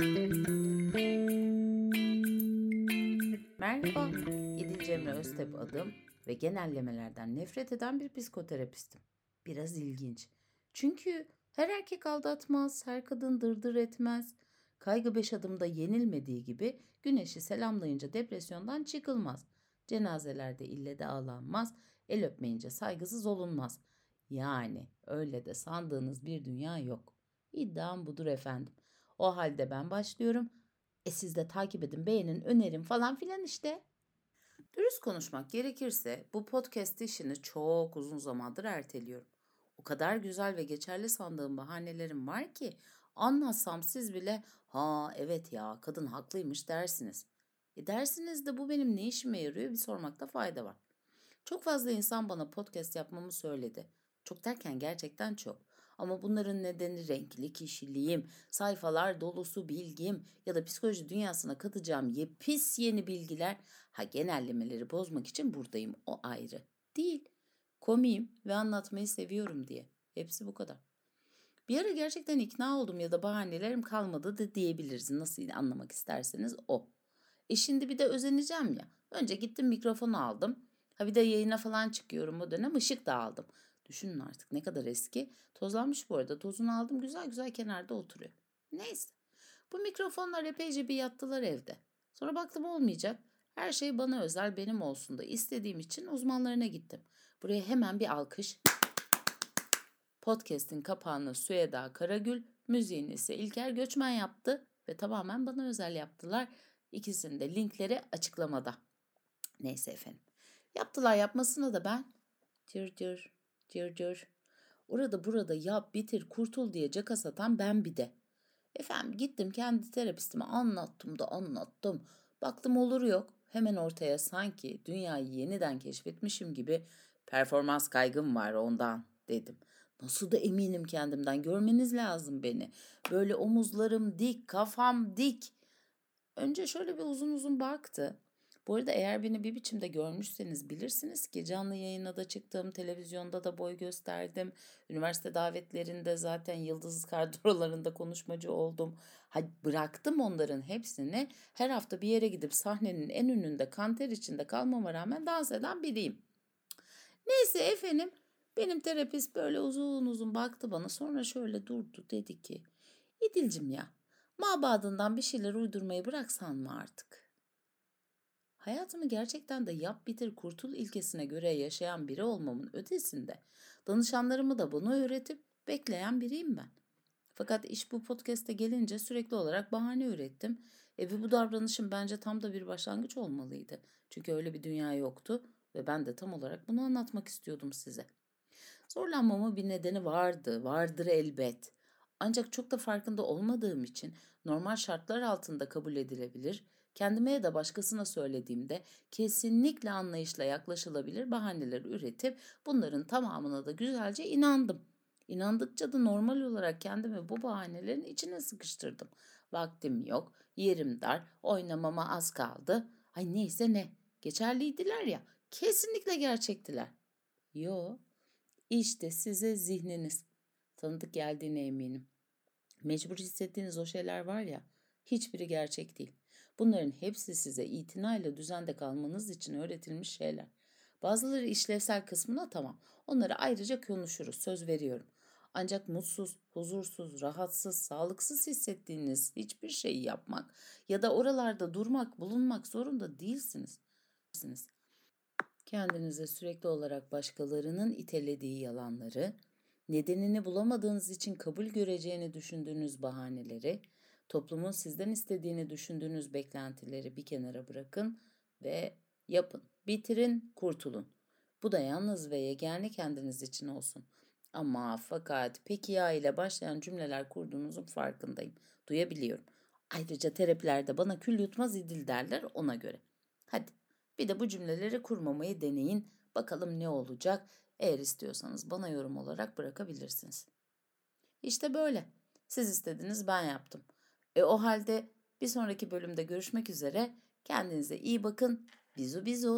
Merhaba, İdil Cemre Öztep adım ve genellemelerden nefret eden bir psikoterapistim. Biraz ilginç. Çünkü her erkek aldatmaz, her kadın dırdır etmez. Kaygı 5 adımda yenilmediği gibi güneşi selamlayınca depresyondan çıkılmaz. Cenazelerde ille de ağlanmaz, el öpmeyince saygısız olunmaz. Yani öyle de sandığınız bir dünya yok. İddiam budur efendim. O halde ben başlıyorum. Siz de takip edin, beğenin, önerin falan filan işte. Dürüst konuşmak gerekirse bu podcast işini çok uzun zamandır erteliyorum. O kadar güzel ve geçerli sandığım bahanelerim var ki anlatsam siz bile ha evet ya kadın haklıymış dersiniz. Dersiniz de bu benim ne işime yarıyor bir sormakta fayda var. Çok fazla insan bana podcast yapmamı söyledi. Çok derken gerçekten çok. Ama bunların nedeni renkli kişiliğim, sayfalar dolusu bilgim ya da psikoloji dünyasına katacağım yepis yeni bilgiler. Ha genellemeleri bozmak için buradayım o ayrı. Değil. Komiyim ve anlatmayı seviyorum diye. Hepsi bu kadar. Bir ara gerçekten ikna oldum ya da bahanelerim kalmadı da diyebiliriz. Nasıl anlamak isterseniz o. Şimdi bir de özeneceğim ya. Önce gittim mikrofonu aldım. Ha bir de yayına falan çıkıyorum o dönem ışık da aldım. Düşünün artık ne kadar eski. Tozlanmış bu arada. Tozunu aldım güzel güzel kenarda oturuyor. Neyse. Bu mikrofonlar epeyce bir yattılar evde. Sonra baktım olmayacak. Her şey bana özel benim olsun da istediğim için uzmanlarına gittim. Buraya hemen bir alkış. Podcast'in kapağını Süheda Karagül, müziğini ise İlker Göçmen yaptı ve tamamen bana özel yaptılar. İkisinin de linkleri açıklamada. Neyse efendim. Yaptılar yapmasına da ben cır cır cır cır. Orada burada yap bitir kurtul diye caka satan ben bir de. Efendim gittim kendi terapistime anlattım da anlattım. Baktım olur yok. Hemen ortaya sanki dünyayı yeniden keşfetmişim gibi performans kaygım var ondan dedim. Nasıl da eminim kendimden görmeniz lazım beni. Böyle omuzlarım dik, kafam dik. Önce şöyle bir uzun uzun baktı. Bu arada eğer beni bir biçimde görmüşseniz bilirsiniz ki canlı yayına da çıktım, televizyonda da boy gösterdim. Üniversite davetlerinde zaten yıldız kadrolarında konuşmacı oldum. Bıraktım onların hepsini. Her hafta bir yere gidip sahnenin en önünde kanter içinde kalmama rağmen dans eden biriyim. Neyse efendim benim terapist böyle uzun uzun baktı bana sonra şöyle durdu dedi ki İdilcim ya mabadından bir şeyler uydurmayı bıraksan mı artık? Hayatımı gerçekten de yap bitir kurtul ilkesine göre yaşayan biri olmamın ötesinde danışanlarımı da bunu öğretip bekleyen biriyim ben. Fakat iş bu podcast'e gelince sürekli olarak bahane ürettim. Ve bu davranışım bence tam da bir başlangıç olmalıydı. Çünkü öyle bir dünya yoktu ve ben de tam olarak bunu anlatmak istiyordum size. Zorlanmamın bir nedeni vardı, vardır elbet. Ancak çok da farkında olmadığım için normal şartlar altında kabul edilebilir, kendime ya da başkasına söylediğimde kesinlikle anlayışla yaklaşılabilir bahaneler üretip bunların tamamına da güzelce inandım. İnandıkça da normal olarak kendimi bu bahanelerin içine sıkıştırdım. Vaktim yok, yerim dar, oynamama az kaldı. Ay neyse ne, geçerliydiler ya, kesinlikle gerçektiler. Yo, işte size zihniniz. Tanıdık geldiğine eminim. Mecbur hissettiğiniz o şeyler var ya, hiçbiri gerçek değil. Bunların hepsi size itinayla düzende kalmanız için öğretilmiş şeyler. Bazıları işlevsel kısmına tamam. Onları ayrıca konuşuruz, söz veriyorum. Ancak mutsuz, huzursuz, rahatsız, sağlıksız hissettiğiniz hiçbir şeyi yapmak ya da oralarda durmak, bulunmak zorunda değilsiniz. Kendinize sürekli olarak başkalarının itelediği yalanları, nedenini bulamadığınız için kabul göreceğini düşündüğünüz bahaneleri, toplumun sizden istediğini düşündüğünüz beklentileri bir kenara bırakın ve yapın, bitirin, kurtulun. Bu da yalnız ve yegane kendiniz için olsun. Ama fakat peki ya ile başlayan cümleler kurduğunuzun farkındayım. Duyabiliyorum. Ayrıca terapilerde bana kül yutmaz idil derler ona göre. Hadi bir de bu cümleleri kurmamayı deneyin. Bakalım ne olacak? Eğer istiyorsanız bana yorum olarak bırakabilirsiniz. İşte böyle. Siz istediniz ben yaptım. O halde bir sonraki bölümde görüşmek üzere. Kendinize iyi bakın. Bizu bizu.